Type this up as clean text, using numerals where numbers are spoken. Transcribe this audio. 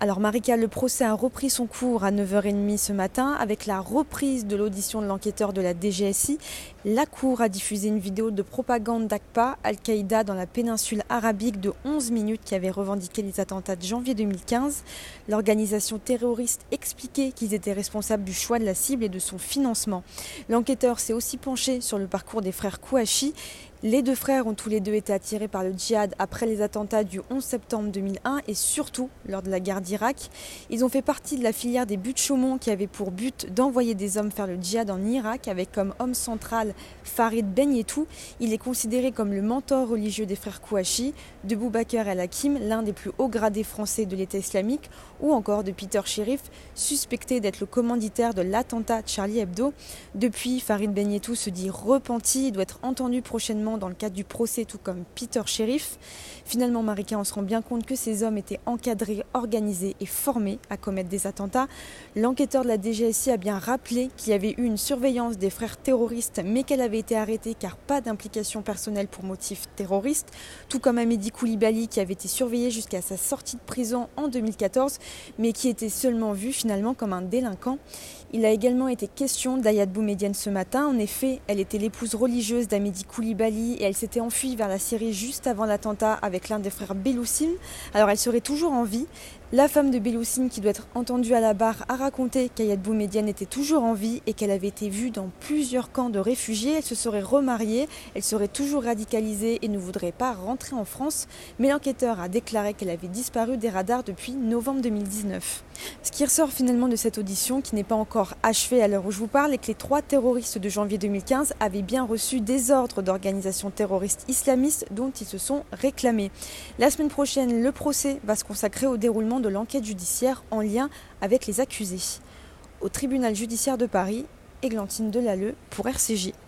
Alors Marika, le procès a repris son cours à 9h30 ce matin avec la reprise de l'audition de l'enquêteur de la DGSI. La Cour a diffusé une vidéo de propagande d'Aqpa, Al-Qaïda dans la péninsule arabique de 11 minutes qui avait revendiqué les attentats de janvier 2015. L'organisation terroriste expliquait qu'ils étaient responsables du choix de la cible et de son financement. L'enquêteur s'est aussi penché sur le parcours des frères Kouachi. Les deux frères ont tous les deux été attirés par le djihad après les attentats du 11 septembre 2001 et surtout lors de la guerre d'Irak. Ils ont fait partie de la filière des buts Chaumont qui avait pour but d'envoyer des hommes faire le djihad en Irak avec comme homme central Farid Ben Yetou. Il est considéré comme le mentor religieux des frères Kouachi, de Boubacar el-Hakim, l'un des plus hauts gradés français de l'État islamique, ou encore de Peter Sherif, suspecté d'être le commanditaire de l'attentat Charlie Hebdo. Depuis, Farid Ben Yetou se dit repenti et doit être entendu prochainement dans le cadre du procès, tout comme Peter Sherif. Finalement, Marika, on se rend bien compte que ces hommes étaient encadrés, organisés et formés à commettre des attentats. L'enquêteur de la DGSI a bien rappelé qu'il y avait eu une surveillance des frères terroristes, mais qu'elle avait été arrêtée car pas d'implication personnelle pour motif terroriste, tout comme Amédi Koulibaly qui avait été surveillé jusqu'à sa sortie de prison en 2014, mais qui était seulement vu finalement comme un délinquant. Il a également été question d'Ayad Boumedienne ce matin. En effet, elle était l'épouse religieuse d'Amédi Koulibaly et elle s'était enfuie vers la Syrie juste avant l'attentat avec l'un des frères Belloucine. Alors elle serait toujours en vie. La femme de Belloucine, qui doit être entendue à la barre, a raconté qu'Ayad Boumedienne était toujours en vie et qu'elle avait été vue dans plusieurs camps de réfugiés. Elle se serait remariée, elle serait toujours radicalisée et ne voudrait pas rentrer en France. Mais l'enquêteur a déclaré qu'elle avait disparu des radars depuis novembre 2019. Ce qui ressort finalement de cette audition, qui n'est pas encore achevée à l'heure où je vous parle, est que les 3 terroristes de janvier 2015 avaient bien reçu des ordres d'organisations terroristes islamistes dont ils se sont réclamés. La semaine prochaine, le procès va se consacrer au déroulement de l'enquête judiciaire en lien avec les accusés. Au tribunal judiciaire de Paris, Églantine Delalleux pour RCJ.